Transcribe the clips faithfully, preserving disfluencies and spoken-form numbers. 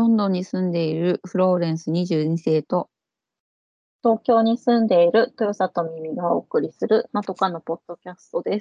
ロンドンに住んでいるフローレンスにじゅうに世と、 東京に住んでいる豊里耳がお送りするまとかのポッドキャストです。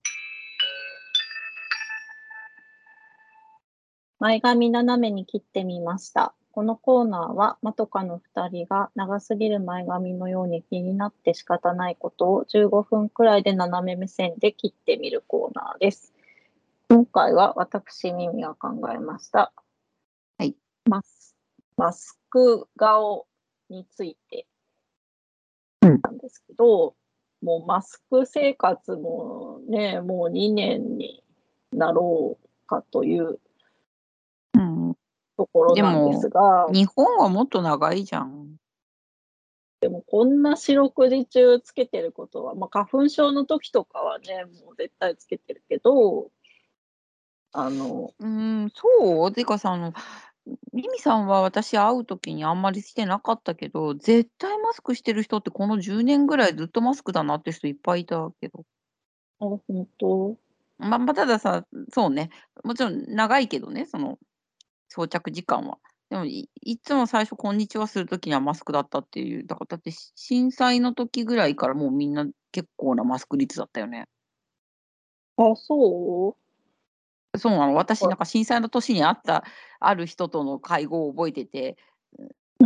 前髪斜めに切ってみました。このコーナーはまとかのふたりが長すぎる前髪のように気になって仕方ないことをじゅうごふんくらいで斜め目線で切ってみるコーナーです。今回は私耳が考えました。 はい。 マスマスク顔についてなんですけど、もうマスク生活もね、もうにねんになろうかといううん。 ところでなんですも、 が、 日本はもっと長いじゃん。 でもこんな四六時中つけてることは、まあ、花粉症の時とかはね、もう絶対つけてるけど、あの、 うーん、そうてかさ、あの、ミミさんは私会う時にあんまりしてなかったけど、絶対マスクしてる人ってこのじゅうねんぐらいずっとマスクだなって人いっぱいいたけど。 あ、本当。 まま、たださ、そうね、もちろん長いけどね、その装着時間は。でも、いいつも最初こんにちはする時にはマスクだったっていう、だからだってし震災の時ぐらいからもうみんな結構なマスク率だったよね。 あ、そうそうなの。私あ、 なんか震災の年に会ったある人との会合を覚えてて、 うん、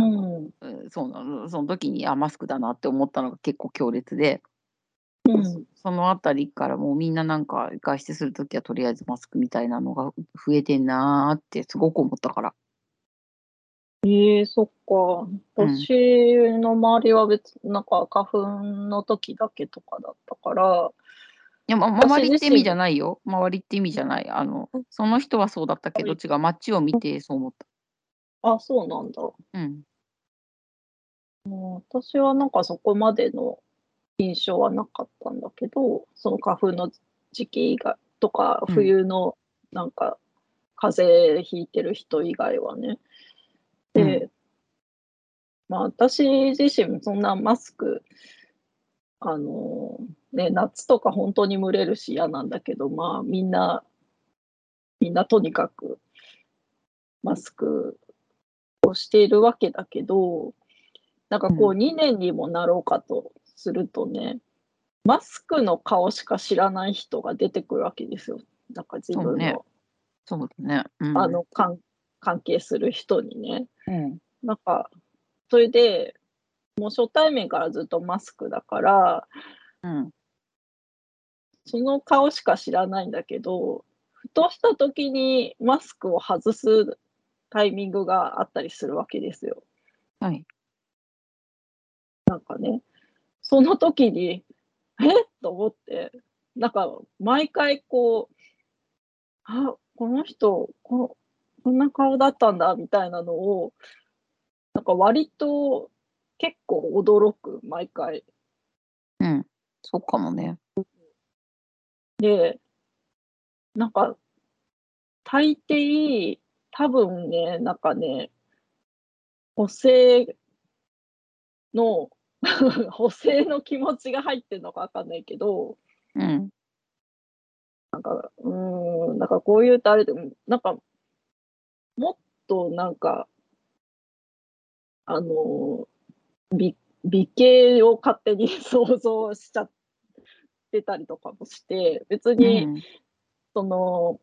うん、そうなの。その時に、あ、マスクだなって思ったのが結構強烈で、そうん。 そのあたりからもうみんななんか外出する時はとりあえずマスクみたいなのが増えてんなってすごく思ったから。 ええ、そっか。 うん。 私の周りは別なんか花粉の時だけとかだったから、 いや、ま周私りって意味じゃ自身ないよ。周りって意味じゃない。あの、その人はそうだったけど、違う、街を見てそう思った。 あ、そうなんだ。 うん。 もう私はなんかそこまでの印象はなかったんだけど、その花粉の時期以外とか、 うん。 冬のなんか風邪ひいてる人以外はね。 うん。 で、まあ、私自身もそんなマスク、あの、ね、夏とか本当に蒸れるし嫌なんだけど、まあ、みんなみんなとにかくマスクをしているわけだけど、なんかうん。 こうにねんにもなろうかとするとね、マスクの顔しか知らない人が出てくるわけですよ。なんか自そうね。 分の、 そうだね。うん。 あの、かん関係する人にね。 うん。 なんか、それで、もう初対面からずっとマスクだから、 うん。 その顔しか知らないんだけど、ふとした時にマスクを外すタイミングがあったりするわけですよ。 はい。 なんかね、その時に、えっと思って、なんか毎回こう、あ、この人、ここんな顔だったんだみたいなのを、なんか割と結構驚く、毎回。 うん。そうかもね。 で、なんか大抵、多分ね、なんかね、補正の補正の気持ちが入ってんのかわかんないけど、 うん。 うーん、なんかこういうとあれでも、なんかもっとなんか、あの、美美形を勝手に想像しちゃってたりとかもして、別にうん。 その、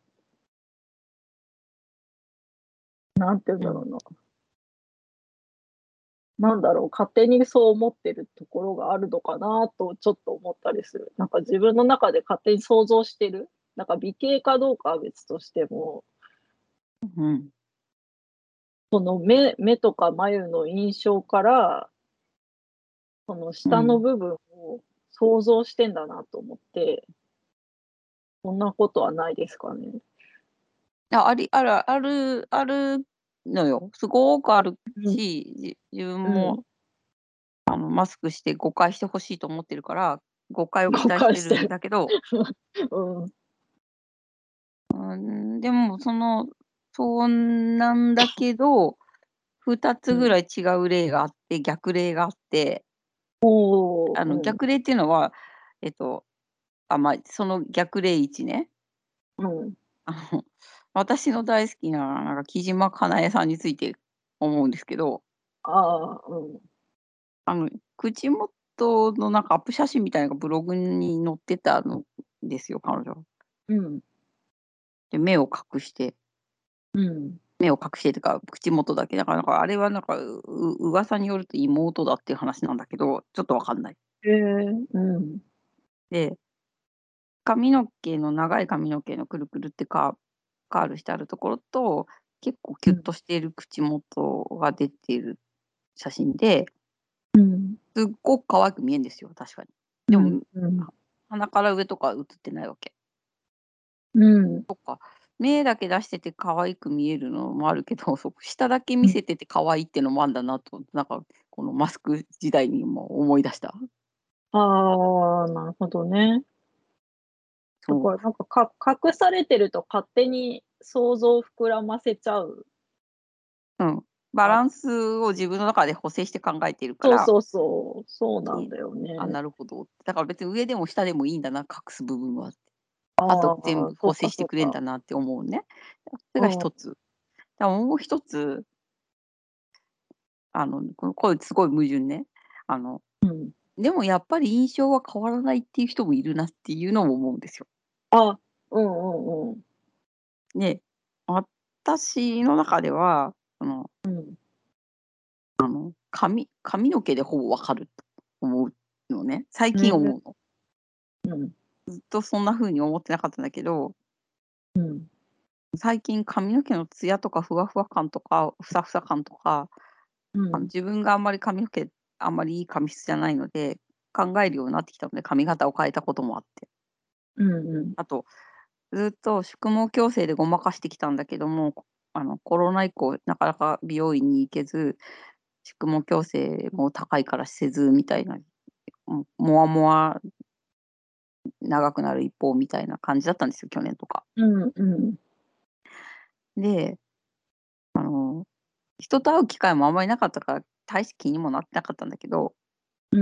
なんて言うんうん。 だろうな、なんだろう、勝手にそう思ってるところがあるのかなとちょっと思ったりする。なんか自分の中で勝手に想像してる。なんか美形かどうかは別としても、 うん。 その目目とか眉の印象から、その下のうん。 部分を想像してんだなと思って、そんなことはないですかね。 あ、ありあるあるあるのよ。すごくあるうん、 し、じ自分うもん。 あの、マスクして誤解して欲しいと思ってるから、誤解を期誤待してるん解してる。 だけど、 うん。 うん、でもその、そうなんだけど、2 うん。 つぐらい違う例があって、逆例があって、 おお、 あの、 うん。 逆例っていうのは、えっと、あ、ま、その逆例いちね。 うん。 あの、 私の大好きな、なんか木島かなえさんについて思うんですけど、 ああ、うん。 あの、口元のなんかアップ写真みたいなのがブログに載ってたのですよ、彼女。 うん。 で、目を隠してうん。 目を隠してっていうか、口元だけ。だからなんかあれはなんか、うう噂によると妹だっていう話なんだけど、ちょっとわかんない。 へえ、うん。 で、髪の毛の長い髪の毛のくるくるってカカールしてあるところと、結構キュッうん。 としている口元が出ている写真で、 うん。 すっごく可愛く見えんですよ、確かに。 うん。 でも、 うん。 は鼻から上とかは写ってないわけ。 うん。 そっか、目だけ出してて可愛く見えるのもあるけど、そ下だけうん。 見せてて可愛いってのもあんだなと、なんかこのマスク時代にも思い出した。 ああ、なるほどね。だそう。 からなんか、か隠されてると勝手に想像を膨らませちゃう。 うん。バあ、 ランスを自分の中で補正して考えているから、 そうそうそう、そうなんね、 だよあ、 ね。 なるほど。だから別に上でも下でもいいんだな、隠す部分はって。あとああ、 全部そっか補正してくれんそっか。 だなって思うね。それうん、 が一つ。だからもう一つ、あの、このこれすごい矛盾ね。あの、 うん。 でもやっぱり印象は変わらないっていう人もいるなっていうのも思うんですよ。 あ、うんうんうん。 で、私の中では、その、 うん。 髪髪の毛でほぼわかると思うのね。最へえ、 近思うの。 うん、 ずっとそんな風に思ってなかったんだけど、 うん、 最近髪の毛のツヤとかふわふわ感とか、ふさふさ感とか、あの、 うん、 自分があんまり髪の毛あんまりいい髪質じゃないので、考えるようになってきたので、髪型を変えたこともあって。 うんうん、 あと、ずっと宿毛矯正でごまかしてきたんだけども、あの、コロナ以降なかなか美容院に行けず、宿毛矯正も高いからせずみたいな、ももわもわ長くなる一方みたいな感じだったんですよ、去年とか。 うんうん、 で、あの、人と会う機会もあんまりなかったから、大して気にもなってなかったんだけど、 うん、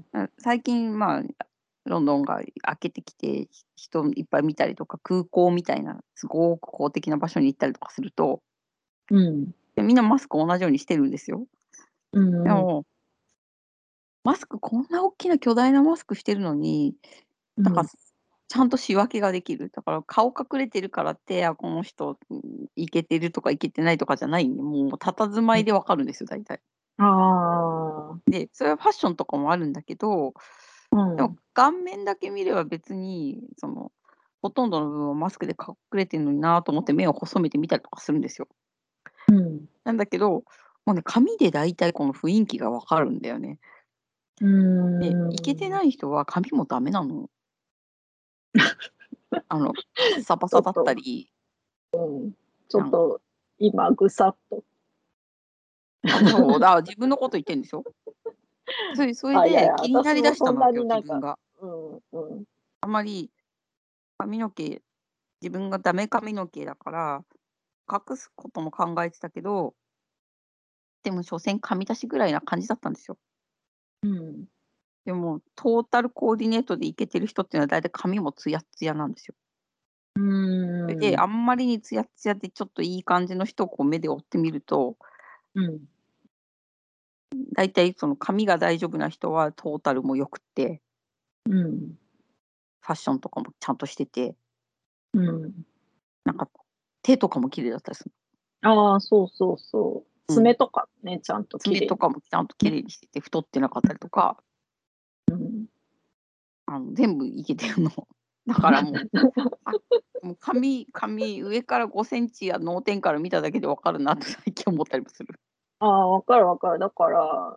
うん、最近、まあ、ロンドンが開けてきて、ひ人いっぱい見たりとか、空港みたいなすごく公的な場所に行ったりとかすると、 うん、 で、みんなマスク同じようにしてるんですよ。でうんうん、 も、マスクこんな大きな巨大なマスクしてるのに、だから、 うん、 ちゃんと仕分けができる。だから顔隠れてるからって、あ、この人、うん、イケてるとかイケてないとかじゃないんで、もう佇まいで分かるんですよ、大体。 ああ、 で、それはファッションとかもあるんだけど、でもうん、 顔面だけ見れば別に、その、ほとんどの部分はマスクで隠れてるのになと思って目を細めてみたりとかするんですよ。 うん、 なんだけど、もうね、髪で大体この雰囲気が分かるんだよね。 うーで、イケてん、 ない人は髪もダメなの。あの、カッサバサだったちょっと、 り、 うん、ちょなんっと今ぐさっと。 あ、そう、だから自分のこと言ってんでしょ。それそれあ、いやいでや、 気になりだ私もそんしたのわけよ、 なになんか、 自分が。 うん、うん、 あんまり髪の毛自分がダメ髪の毛だから、隠すことも考えてたけど、でも所詮髪出しぐらいな感じだったんですよ。 うん、 でも、トータルコーディネートでいけてる人っていうのは大体髪もツヤッツヤなんですよ。 うそれで、 ーん、 あんまりにツヤッツヤでちょっといい感じの人をこう目で追ってみると、 うん、 大体その髪が大丈夫な人はトータルも良くって、 うん、 ファッションとかもちゃんとしてて、 うん。 なんか手とかも綺麗だったりする。 ああ、そうそうそう。 うん。 爪とかね、ちゃんと綺爪と麗に。 かもちゃんと綺ね。 麗にしてて、太ってなかったりとか、 うん。 あの、全部いけてるの。だからもう、あ、もう髪髪上からごセンチや脳天から見ただけで分かるなって最近思ったりもする。 ああ、分かる分かる。だから、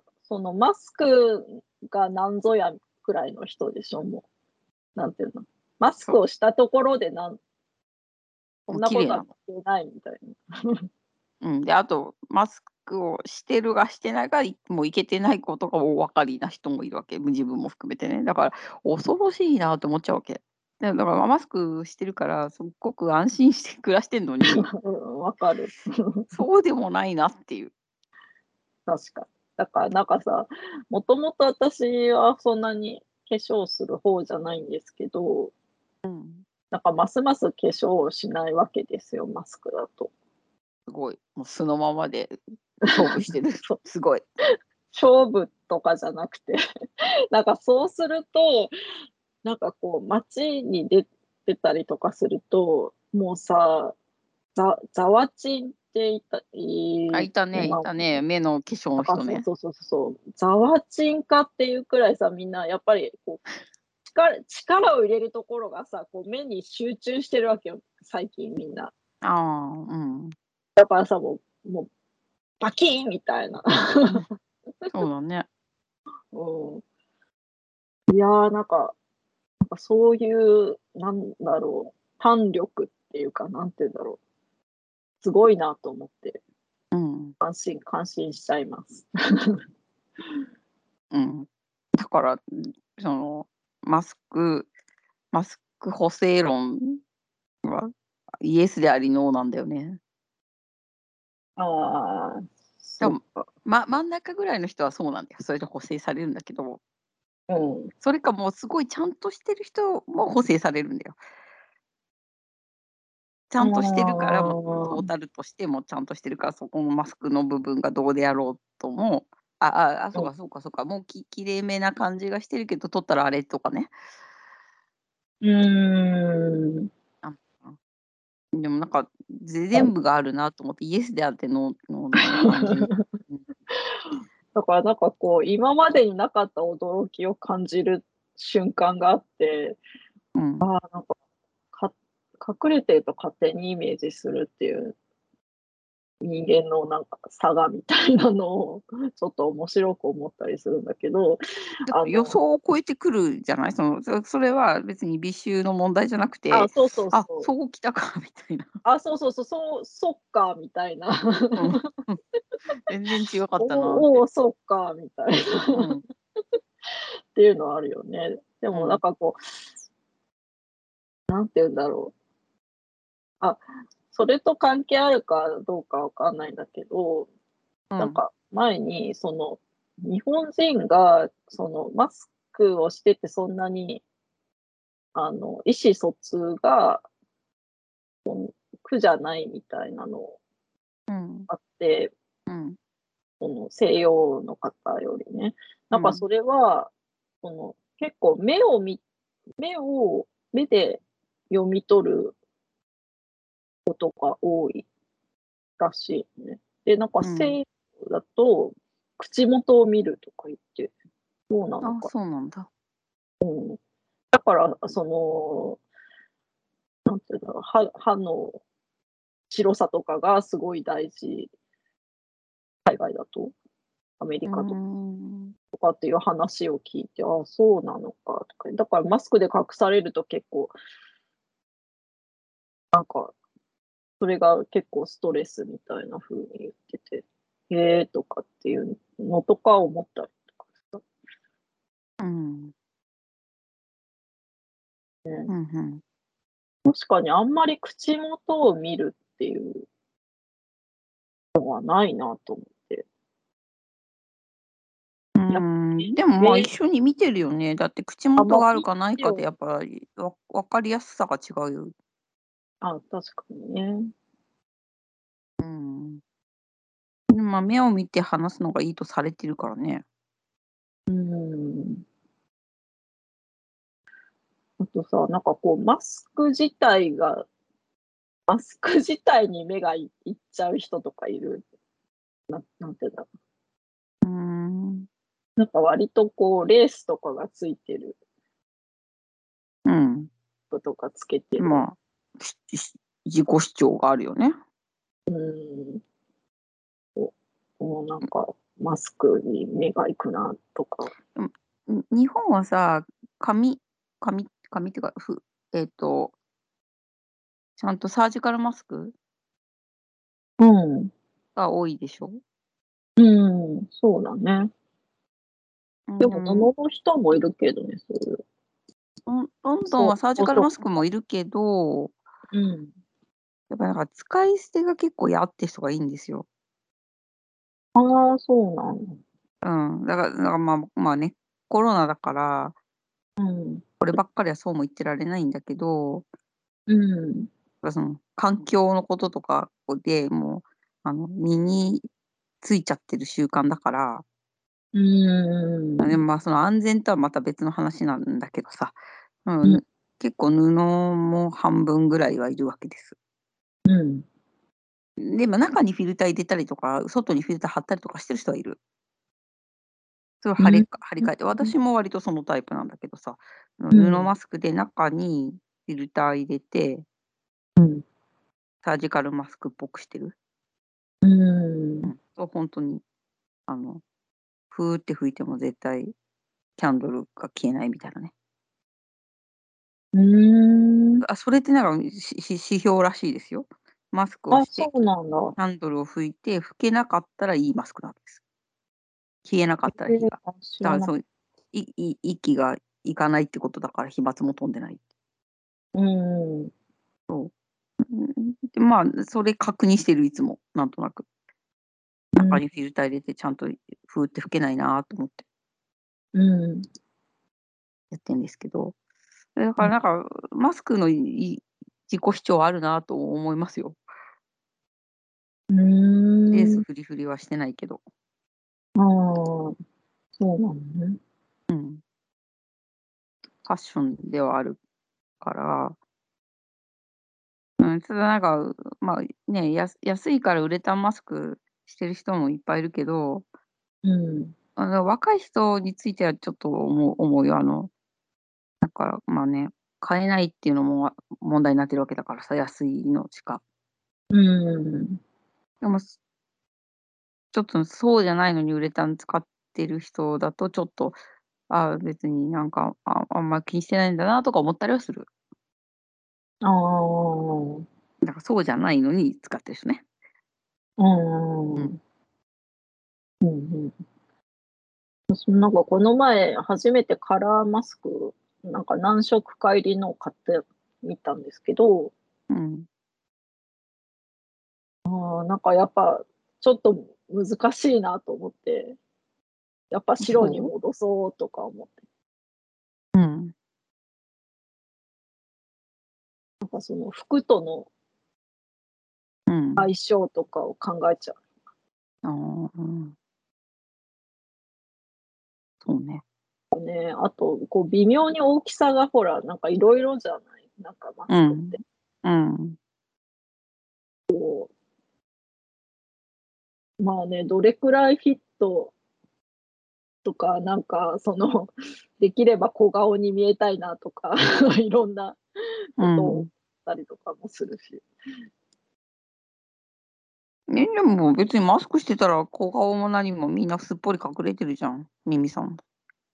そのマスクがなんぞやくらいの人でしょ、もう。なんていうの、マスそう、 クをしたところで、なんそもうんなことは聞綺麗なの。 けないみたいな。 うん、で、あとマスクをしてるがしてないが、いもういけてないことが大掛かりな人もいるわけ、自分も含めてね。だから恐ろしいなと思っちゃうわけ。で、だからマスクしてるから、すっごく安心して暮らしてんのに、 うん、分かる。 そうでもないなっていう。 確かに。だからなんかさ、もともと私はそんなに化粧する方じゃないんですけど、 うん。 なんかますます化粧をしないわけですよ、マスクだと。 すごい。もう素のままで勝負してる。 そう、 すごい。 勝負とかじゃなくて、なんかそうすると、なんかこう街に出てたりとかすると、もうさ、ざざわちんっていたあ、 いいたねい今たね。目の化粧なんかの人ね。 そうそうそうそう、ざわちんかっていうくらいさ、みんなやっぱりこう、ちか力を入れるところがさ、こう目に集中してるわけよ、最近みんな。 ああ、うん。 だからさ、もうもうバキーンみたいな。 うん、そうだね。 うん。いや、なんかなんかそういう、なんだろう、胆力っていうか、なんて言うんだろう、すごいなと思って、 うん、 感心感心しちゃいます。 うん。だから、ん、その、マスクマスク補正論はイエスでありノーなんだよね。 ああ、 多分、 そっか。 ま真ん中ぐらいの人はそうなんだよ。それで補正されるんだけど、 うん。 それかもうすごいちゃんとしてる人も補正されるんだよ。ちゃあんとしてるから、もうトーあ、 タルとしてもちゃんとしてるから、そこのマスクの部分がどうであろうとも、ああ、あ、 うん。 そうかそうかそうか、もうき綺麗めな感じがしてるけど、取ったらあれとかね。 うーん。 あ、うん。でもなんか、ぜはい。 全部があるなと思って、イエスであってノーノーな感じ。うん。 だからなんかこう、今までになかった驚きを感じる瞬間があって、 うん。 なんか、か隠れてると勝手にイメージするっていう人間のなんか差がみたいなのをちょっと面白く思ったりするんだけど、 だから予あの想を超えてくるじゃない？その、そそれは別に美醜の問題じゃなくあ、 て、 そうそうあ、 そう。 そうきたかみたいな。 あ、そうそうそう、そうそっかみたいな。 うん。全然違かったなって。 おお、そっかみたいなうん、 っていうのはあるよね。でもなんうん、 かこう、なんて言うんだろう。あ、それと関係あるかどうかわかんないんだけど、 うん、 なんか前にその、日本人がそのマスクをしててそんなにあの、意思疎通が苦じゃないみたいなのうん、 あって、 うん、 その西洋の方よりね。 うん、 なんかそれは、その結構目をみ目を目で読み取ることが多いらしいね。で、なんかうん。 西洋だと、口元を見るとか言って、そうなのあ、 か。 そうなんだ。 だから、その、なんていうんだろう、歯歯の白さとかがすごい大事、海外だと。アメうーリカとん。 とかっていう話を聞いて、ああ、そうなのかとか、だからマスクで隠されると結構、なんか、それが結構ストレスみたいな風に言ってて、へえとかっていうのとか思ったりとかしたうん。 ね。 うん、ふん。 確かにあんまり口元を見るっていうのはないなと思って。 うーやっぱん、でも、まあ、一め緒に見てるよね。だって口あ、ま、 元がある見かないてはかでやっぱり、わ分かりやすさが違うよ。 あ、確かにね。 うん。で、ま、目を見て話すのがいいとされてるからね。 うーん。あとさ、なんかこうマスク自体がマスク自体に目がいいっちゃう人とかいる。ななんていうんだろう。 うーん。 なんか割とこうレースとかがついてるうん。 服とかつけてる。 まあ、しし自己主張があるよね。 うーん。こう、もうなんかマスクに目が行くなとか。 でも、ん、日本はさ、紙紙紙っていうか、ふえっと、ちゃんとサージカルマスクうん。 が多いでしょ？ うん、そうだね。 うん、ででもも、 布の人もいるけどね、そういう。 ロンロンドンそう、 はサージ装カルマスク飾が。 もいるけど、 うん。 やっぱなんか使い捨てが結構嫌って人がいいんですよ。 ああ、そうなんだ。 うん、だからだから、まあまあね、コロナだから、 うん。 こればっかりはそうも言ってられないんだけど、 うん。 その、環境のこととかで、もう、あの、身についちゃってる習慣だから。 うーあ、でん。 も、ま、その安全とはまた別の話なんだけどさ、ううん。 ん、結構布も半分ぐらいはいるわけです。 うん。 でも中にフィルター入れたりとか、外にフィルター貼ったりとかしてる人はいる。それをうん、 はれか張りう替えて、 うん。 私も割とそのタイプなんだけどさ、布うん。 マスクで中にフィルター入れてうん。 サージカルマスクっぽくしてる。 うーん。 うん、そう、ほんとに、あの、ふって吹いても絶対キャンドルが消えないみたいなね。 うーん。 あ、それってなんか、しし指標らしいですよ。マスクをあ、 して、 そうなんだ。 キャンドルを吹いて、吹けなかったらいいマスクなんです。消えなかったらへえ、 火が。 あ、知らなだからそう、いい息がいかないってことだから飛沫も飛んでない。 うん。 そう。うん、で、まあ、それ確認してる、いつも、なんとなく。 うん。 中にフィルター入れてちゃんと、ふって吹けないなと思って。 うん。 やってんですけど、だかうん。 らなんか、マスクのいい自己主張あるなと思いますよ。 うレースーん。 フリフリはしてないけど。 ああ、そうなのね。 うん。ファッションではあるから。うん、ただなんか、まあ、ね、やす安いからウレタンマスクしてる人もいっぱいいるけどうん。 あの、若い人についてはちょっと思う思うよ。あの、だから、まあね、買えないっていうのも、わ問題になってるわけだからさ、安いのしか。 うーん。 でも、すちょっとそうじゃないのにウレタン使ってる人だとちょっと、ああ、別になんか、ああんま気にしてないんだなとか思ったりはする。 ああ。 だか、そうじゃないのに使ってる人ね。 うんうん。 うんうん。うんうん。あ、そのなんかこの前初めてカラーマスク、なんか何色か入りのを買ってみたんですけどうん。 ああ、なんかやっぱ、ちょっと難しいなと思って。やっぱん、 白にそう？ 戻そうとか思って。 うん。 なんかその服とのうん。 相性とかを考えちゃう。 ああ、うん。そうね。 ね、あと、こう微妙に大きさがほら、なんか色々じゃない、なんかマうん。 スクって。 うん。 こうまあね、どれくらいフィットとか、なんかその、できれば小顔に見えたいなとか、いろんなことをうん。 たりとかもするし。 ね、でも別にマスクしてたら小顔も何もみんなすっぽり隠れてるじゃん、耳さん。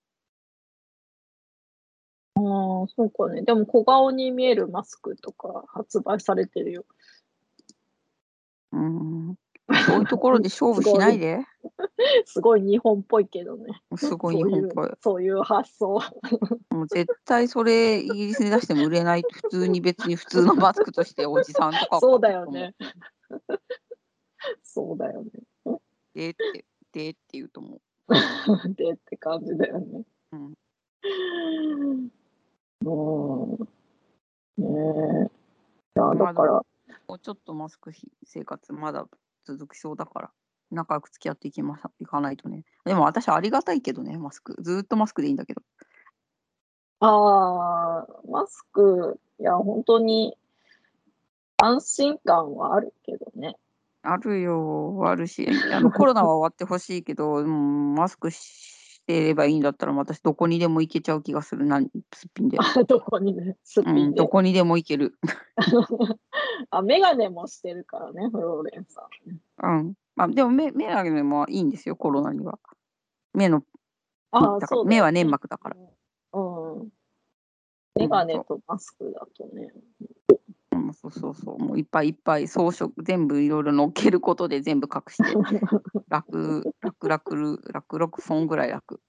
ああ、そうかね。でも小顔に見えるマスクとか発売されてるよ。 うーん。そういうところで勝負しすごいないで。 すごい日本っぽいけどね。 すごい日そういう本っぽい。 そういう発想。 もう絶対それイギリスに出しても売れない、普通に別に普通のマスクとしておじさんとかはそう買ってると思う。 だよね。そうだよね。 でって、でって言うと思う。 でって感じだよね。 うん。 もう、ね。いや、だまだ、 からもうちょっとマスクひ生活まだ続きそうだから、仲良く付き合っていきまさいかないとね。でも私ありがたいけどね、マスク。ずっとマスクでいいんだけど。 ああ、マスク、いやほんとに安心感はあるけどね。 あるよ、あるし、あのコロナは終わって欲しいけど、うーん、マスクしてればいいんだったら、私どこにでも行けちゃう気がする、なんすっぴんで。 あ、どこにね、すっうん、どぴんで。 こにでも行ける。 あ、眼鏡もしてるからね、フローレンさん。うん。 うん。ま、でもめ眼鏡もいいんですよ、コロナには。目のああ、 だからそうだ目は粘よね。 膜だから。 うん。うん。 うん、そ眼鏡う。 とマスクだとね。 うん、そうそうそう、もういっぱいいっぱい装飾全部いろいろ乗っけることで全部隠して、楽楽楽る楽ろくフォンぐらい楽。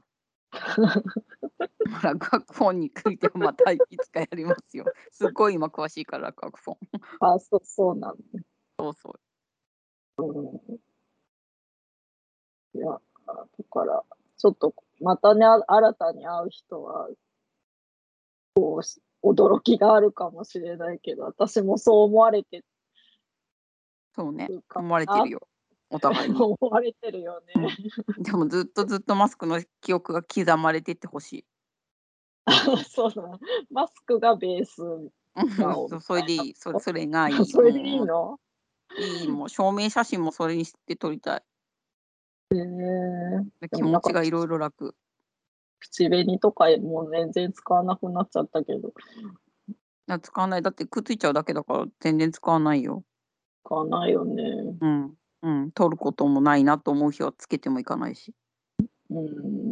ラクワクフォンについてはまたいつかやりますよ。すっごい今詳しいから、ラクワクフォン。 ああ、そそうなんね。 そうそう。 うーん。いや、あ、だから、ちょっとまたね、あ新たに会う人はこうし驚きがあるかもしれないけど、私もそう思われてそうね、 るか思われてな、 るよ、お互いに。 思われてるよね。 うん。でもずっとずっとマスクの記憶が刻まれてって欲しい。 そうだ、マスクがベースうん、 顔そう、 みたいなそれでいい。それこそれがいと？ い。 それでいいもうの？ いい、もう証明写真もそれにして撮りたい。 へえ。 で、気でもなんか、く持ちがいろいろ楽。 口紅とかもう全然使わなくなっちゃったけど、 あ、使わない。だってくっついちゃうだけだから全然使わないよ。 使わないよね。 うん。うん、取ることもないなと思う日はつけてもいかないし。 うん。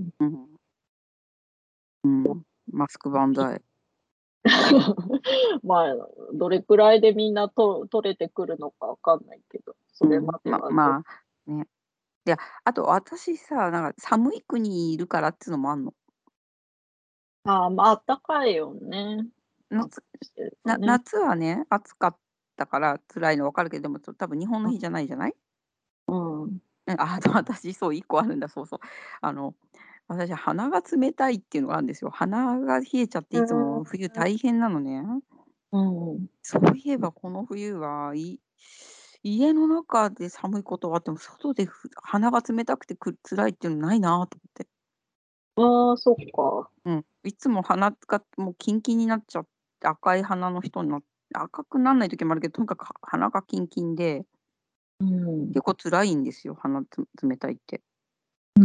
うん。うん。マスク万歳。 まあ、どれくらいでみんなと取れてくるのかわかんないけど、それうん。ままではちょっまあ、ね。で、あと私さ、なんか寒い国にいるからっていうのもあんの。 ああ、まあ、あったかいよね。マス夏クしてるとなね。 夏はね、暑かったから辛いの分かるけど、でも、ちょ多分日本の日じゃないじゃない？ うん。 うん、あ、あと私そういっこあるんだ、そうそう。あの、私鼻が冷たいっていうのがあるんですよ。鼻が冷えちゃっていつも冬大変なのね。 うん。 そういえばこの冬は、い家の中で寒いことはあっても、外でふ鼻が冷たくてく辛いっていうのないなと思って。 ああ、そっか。 うん。いつも鼻がもうキンキンになっちゃって、赤い鼻の人にな赤くなんない時もあるけど、とにかくは鼻がキンキンで、 うん。 結構辛いんですよ、鼻つ冷たいって。 うん。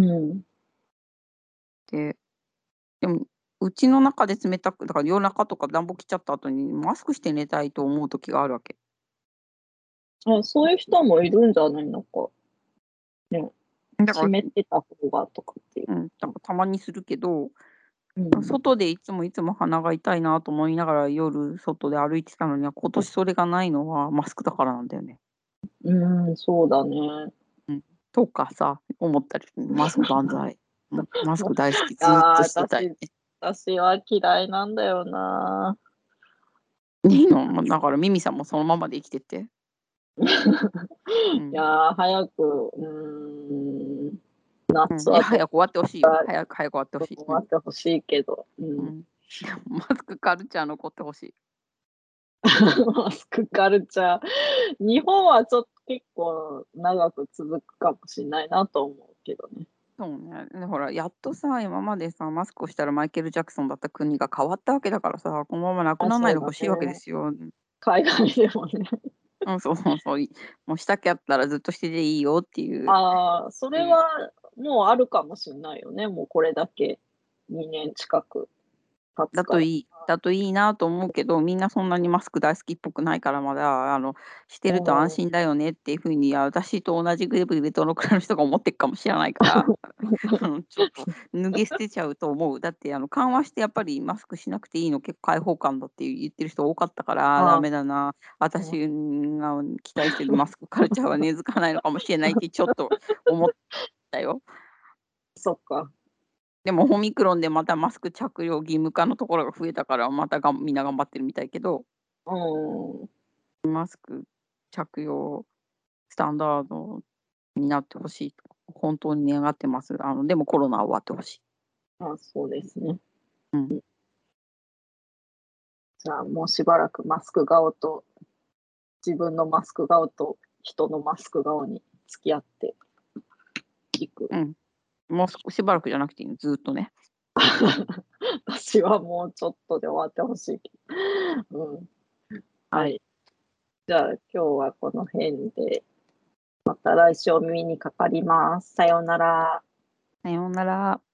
で、でも、うちの中で冷たくだから夜中とか暖房切っちゃった後にマスクして寝たいと思う時があるわけ。 あ、そういう人もいるんじゃないのか。ね、 だから湿ってた方がとかっていう。 うん、だからたまにするけど、 うん。 外でいつもいつも鼻が痛いなと思いながら夜外で歩いてたのには、今年それがないのはマスクだからなんだよね。 うん、そうだね。 うん。とかさ、思ったり、マスク万歳。うん、マスもう、 ク大好き、ずっああ、 としてたい。 私私は嫌いなんだよな。 いいの、もうだからミミさんもそのままで生きてって。うん。 いや、早く、うーん、 うん。いや、 夏は絶早く終わって欲しいよ。 対早く早く終わって欲しい。 終うん。 わって欲しいけど、うん。 うん。でもマスクカルチャー残って欲しい。 マスクカルチャー、日本はちょっと結構長く続くかもしんないなと思うけどね。 そうね。で、ほら、やっとさ、今までさ、マスクをしたらマイケル・ジャクソンだった国が変わったわけだからさ、このままなくあ、 なんないそうだで欲しいわけでね。 すよ。うん。 海外でもね。 うん、そうそうそう。いもうしたきゃったらずっとしてていいよっていう。 ああ、それはもうあるかもしんないよね、もうこれだけにねん近く経つから。 だといいだといいなと思うけど、みんなそんなにマスク大好きっぽくないから、まだ、あの、してうると安ん。 心だよねっていう風に、あ、私と同じグループでどのくらいの人が思ってっかもしれないから、あの、ちょっと脱げ捨てちゃうと思う。だって、あの、緩和してやっぱりマスクしなくていいの結構開放感だって言ってる人多かったから、ダああ、 メだな、 うん、 私が期待してるマスクカルチャーは根付かないのかもしれないってちょっと思ったよ。 そっか。 でもオミクロンでまたマスク着用義務化のところが増えたから、またがんみんな頑張ってるみたいけど、 うん。 マスク着用スタンダードになってほしいと、本当に願ってます。あの、でもコロナは終わってほしい。 あ、そうですね。 うん。 じゃあ、もうしばらくマスク顔と自分のマスク顔と人のマスク顔に付き合っていく。 うん。もうすしばらくじゃなくていいの、ずっとね。 私はもうちょっとで終わってほしいけど。うん。ははい。 い。じゃあ、今日はこの辺で、また来週お耳にかかります。さようなら。 さようなら。